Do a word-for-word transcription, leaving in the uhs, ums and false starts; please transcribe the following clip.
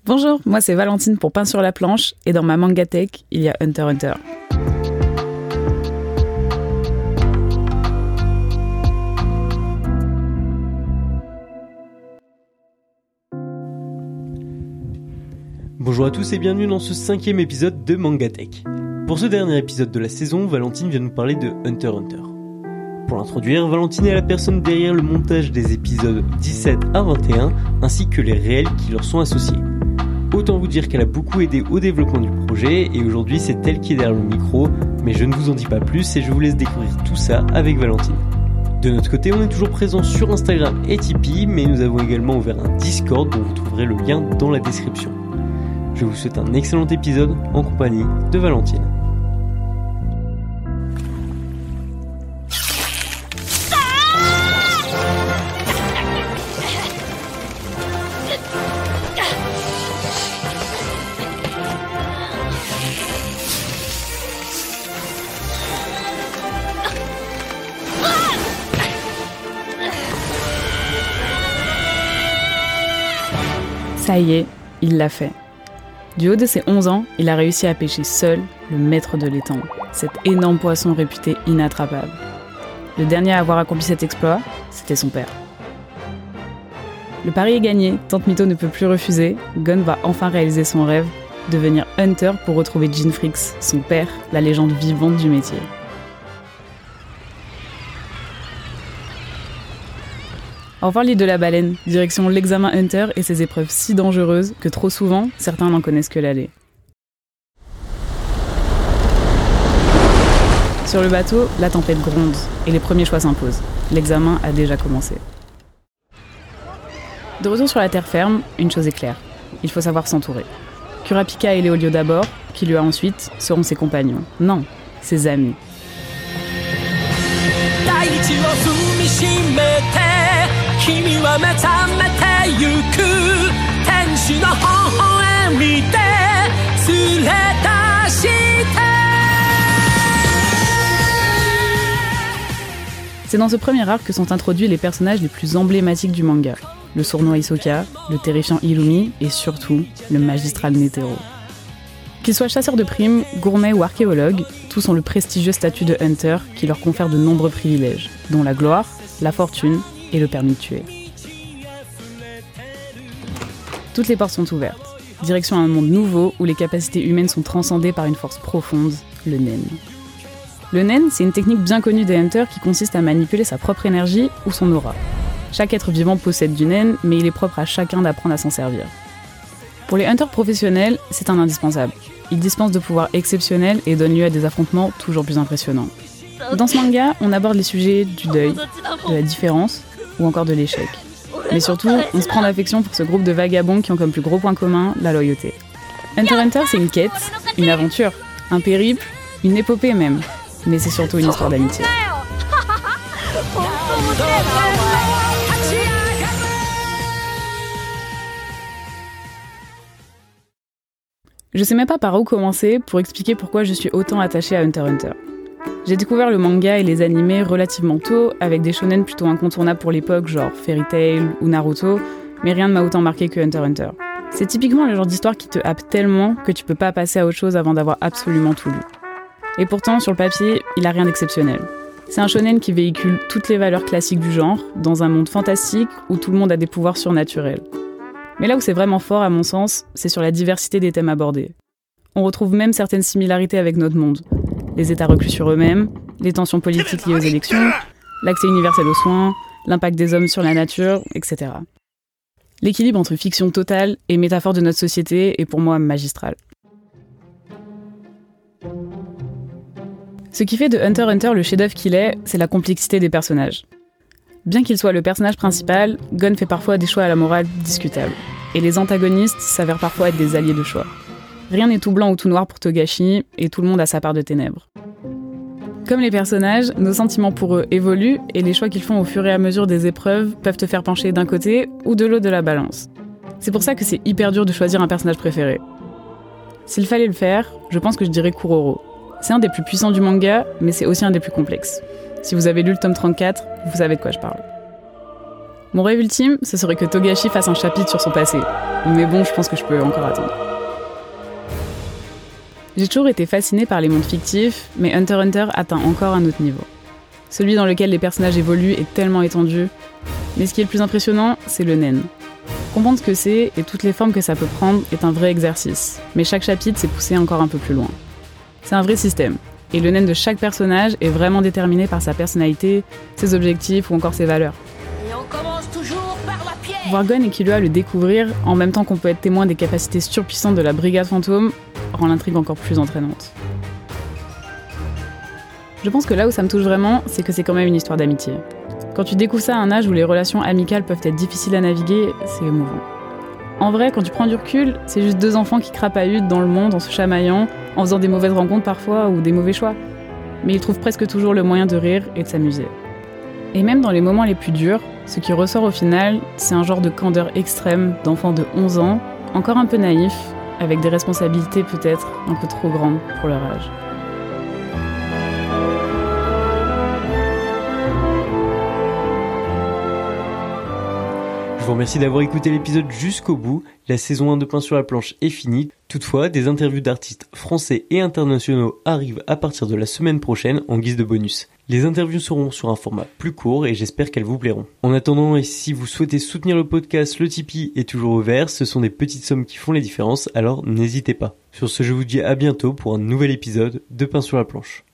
Bonjour, moi c'est Valentine pour Pain sur la planche et dans ma Mangatech, il y a Hunter x Hunter. Bonjour à tous et bienvenue dans ce cinquième épisode de Mangatech. Pour ce dernier épisode de la saison, Valentine vient nous parler de Hunter x Hunter. Pour l'introduire, Valentine est la personne derrière le montage des épisodes dix-sept à vingt et un, ainsi que les réels qui leur sont associés. Autant vous dire qu'elle a beaucoup aidé au développement du projet, et aujourd'hui c'est elle qui est derrière le micro, mais je ne vous en dis pas plus et je vous laisse découvrir tout ça avec Valentine. De notre côté, on est toujours présent sur Instagram et Tipeee, mais nous avons également ouvert un Discord dont vous trouverez le lien dans la description. Je vous souhaite un excellent épisode en compagnie de Valentine. Ça y est, il l'a fait. Du haut de ses onze ans, il a réussi à pêcher seul le maître de l'étang, cet énorme poisson réputé inattrapable. Le dernier à avoir accompli cet exploit, c'était son père. Le pari est gagné, Tante Mito ne peut plus refuser, Gon va enfin réaliser son rêve, devenir Hunter pour retrouver Ginfrix, son père, la légende vivante du métier. Au revoir l'île de la baleine, direction l'examen Hunter et ses épreuves si dangereuses que trop souvent, certains n'en connaissent que l'aller. Sur le bateau, la tempête gronde et les premiers choix s'imposent. L'examen a déjà commencé. De retour sur la terre ferme, une chose est claire, il faut savoir s'entourer. Kurapika et Léolio d'abord, qui lui a ensuite, seront ses compagnons. Non, ses amis. C'est dans ce premier arc que sont introduits les personnages les plus emblématiques du manga. Le sournois Hisoka, le terrifiant Illumi et surtout le magistral Netero. Qu'ils soient chasseurs de primes, gourmets ou archéologues, tous ont le prestigieux statut de Hunter qui leur confère de nombreux privilèges, dont la gloire, la fortune et le permis de tuer. Toutes les portes sont ouvertes. Direction un monde nouveau où les capacités humaines sont transcendées par une force profonde, le Nen. Le Nen, c'est une technique bien connue des Hunters qui consiste à manipuler sa propre énergie ou son aura. Chaque être vivant possède du Nen, mais il est propre à chacun d'apprendre à s'en servir. Pour les Hunters professionnels, c'est un indispensable. Il dispense de pouvoirs exceptionnels et donne lieu à des affrontements toujours plus impressionnants. Dans ce manga, on aborde les sujets du deuil, de la différence ou encore de l'échec. Mais surtout, on se prend d'affection pour ce groupe de vagabonds qui ont comme plus gros point commun la loyauté. Hunter x Hunter, c'est une quête, une aventure, un périple, une épopée même. Mais c'est surtout une histoire d'amitié. Je sais même pas par où commencer pour expliquer pourquoi je suis autant attachée à Hunter x Hunter. J'ai découvert le manga et les animés relativement tôt, avec des shonen plutôt incontournables pour l'époque, genre Fairy Tail ou Naruto, mais rien ne m'a autant marqué que Hunter x Hunter. C'est typiquement le genre d'histoire qui te happe tellement que tu peux pas passer à autre chose avant d'avoir absolument tout lu. Et pourtant, sur le papier, il a rien d'exceptionnel. C'est un shonen qui véhicule toutes les valeurs classiques du genre, dans un monde fantastique où tout le monde a des pouvoirs surnaturels. Mais là où c'est vraiment fort, à mon sens, c'est sur la diversité des thèmes abordés. On retrouve même certaines similarités avec notre monde. Les États reclus sur eux-mêmes, les tensions politiques liées aux élections, l'accès universel aux soins, l'impact des hommes sur la nature, et cetera. L'équilibre entre fiction totale et métaphore de notre société est pour moi magistral. Ce qui fait de Hunter x Hunter le chef-d'œuvre qu'il est, c'est la complexité des personnages. Bien qu'il soit le personnage principal, Gon fait parfois des choix à la morale discutables. Et les antagonistes s'avèrent parfois être des alliés de choix. Rien n'est tout blanc ou tout noir pour Togashi, et tout le monde a sa part de ténèbres. Comme les personnages, nos sentiments pour eux évoluent, et les choix qu'ils font au fur et à mesure des épreuves peuvent te faire pencher d'un côté ou de l'autre de la balance. C'est pour ça que c'est hyper dur de choisir un personnage préféré. S'il fallait le faire, je pense que je dirais Kuroro. C'est un des plus puissants du manga, mais c'est aussi un des plus complexes. Si vous avez lu le tome trente-quatre, vous savez de quoi je parle. Mon rêve ultime, ce serait que Togashi fasse un chapitre sur son passé. Mais bon, je pense que je peux encore attendre. J'ai toujours été fascinée par les mondes fictifs, mais Hunter x Hunter atteint encore un autre niveau. Celui dans lequel les personnages évoluent est tellement étendu, mais ce qui est le plus impressionnant, c'est le nen. Comprendre ce que c'est et toutes les formes que ça peut prendre est un vrai exercice, mais chaque chapitre s'est poussé encore un peu plus loin. C'est un vrai système, et le nen de chaque personnage est vraiment déterminé par sa personnalité, ses objectifs ou encore ses valeurs. Et on commence toujours par la pierre. Voir Gon et Killua le découvrir, en même temps qu'on peut être témoin des capacités surpuissantes de la Brigade Fantôme, rend l'intrigue encore plus entraînante. Je pense que là où ça me touche vraiment, c'est que c'est quand même une histoire d'amitié. Quand tu découvres ça à un âge où les relations amicales peuvent être difficiles à naviguer, c'est émouvant. En vrai, quand tu prends du recul, c'est juste deux enfants qui crapahutent dans le monde en se chamaillant, en faisant des mauvaises rencontres parfois ou des mauvais choix. Mais ils trouvent presque toujours le moyen de rire et de s'amuser. Et même dans les moments les plus durs, ce qui ressort au final, c'est un genre de candeur extrême d'enfants de onze ans, encore un peu naïfs, avec des responsabilités peut-être un peu trop grandes pour leur âge. Je vous remercie d'avoir écouté l'épisode jusqu'au bout. La saison un de Pain sur la planche est finie. Toutefois, des interviews d'artistes français et internationaux arrivent à partir de la semaine prochaine en guise de bonus. Les interviews seront sur un format plus court et j'espère qu'elles vous plairont. En attendant, et si vous souhaitez soutenir le podcast, le Tipeee est toujours ouvert. Ce sont des petites sommes qui font les différences, alors n'hésitez pas. Sur ce, je vous dis à bientôt pour un nouvel épisode de Pain sur la planche.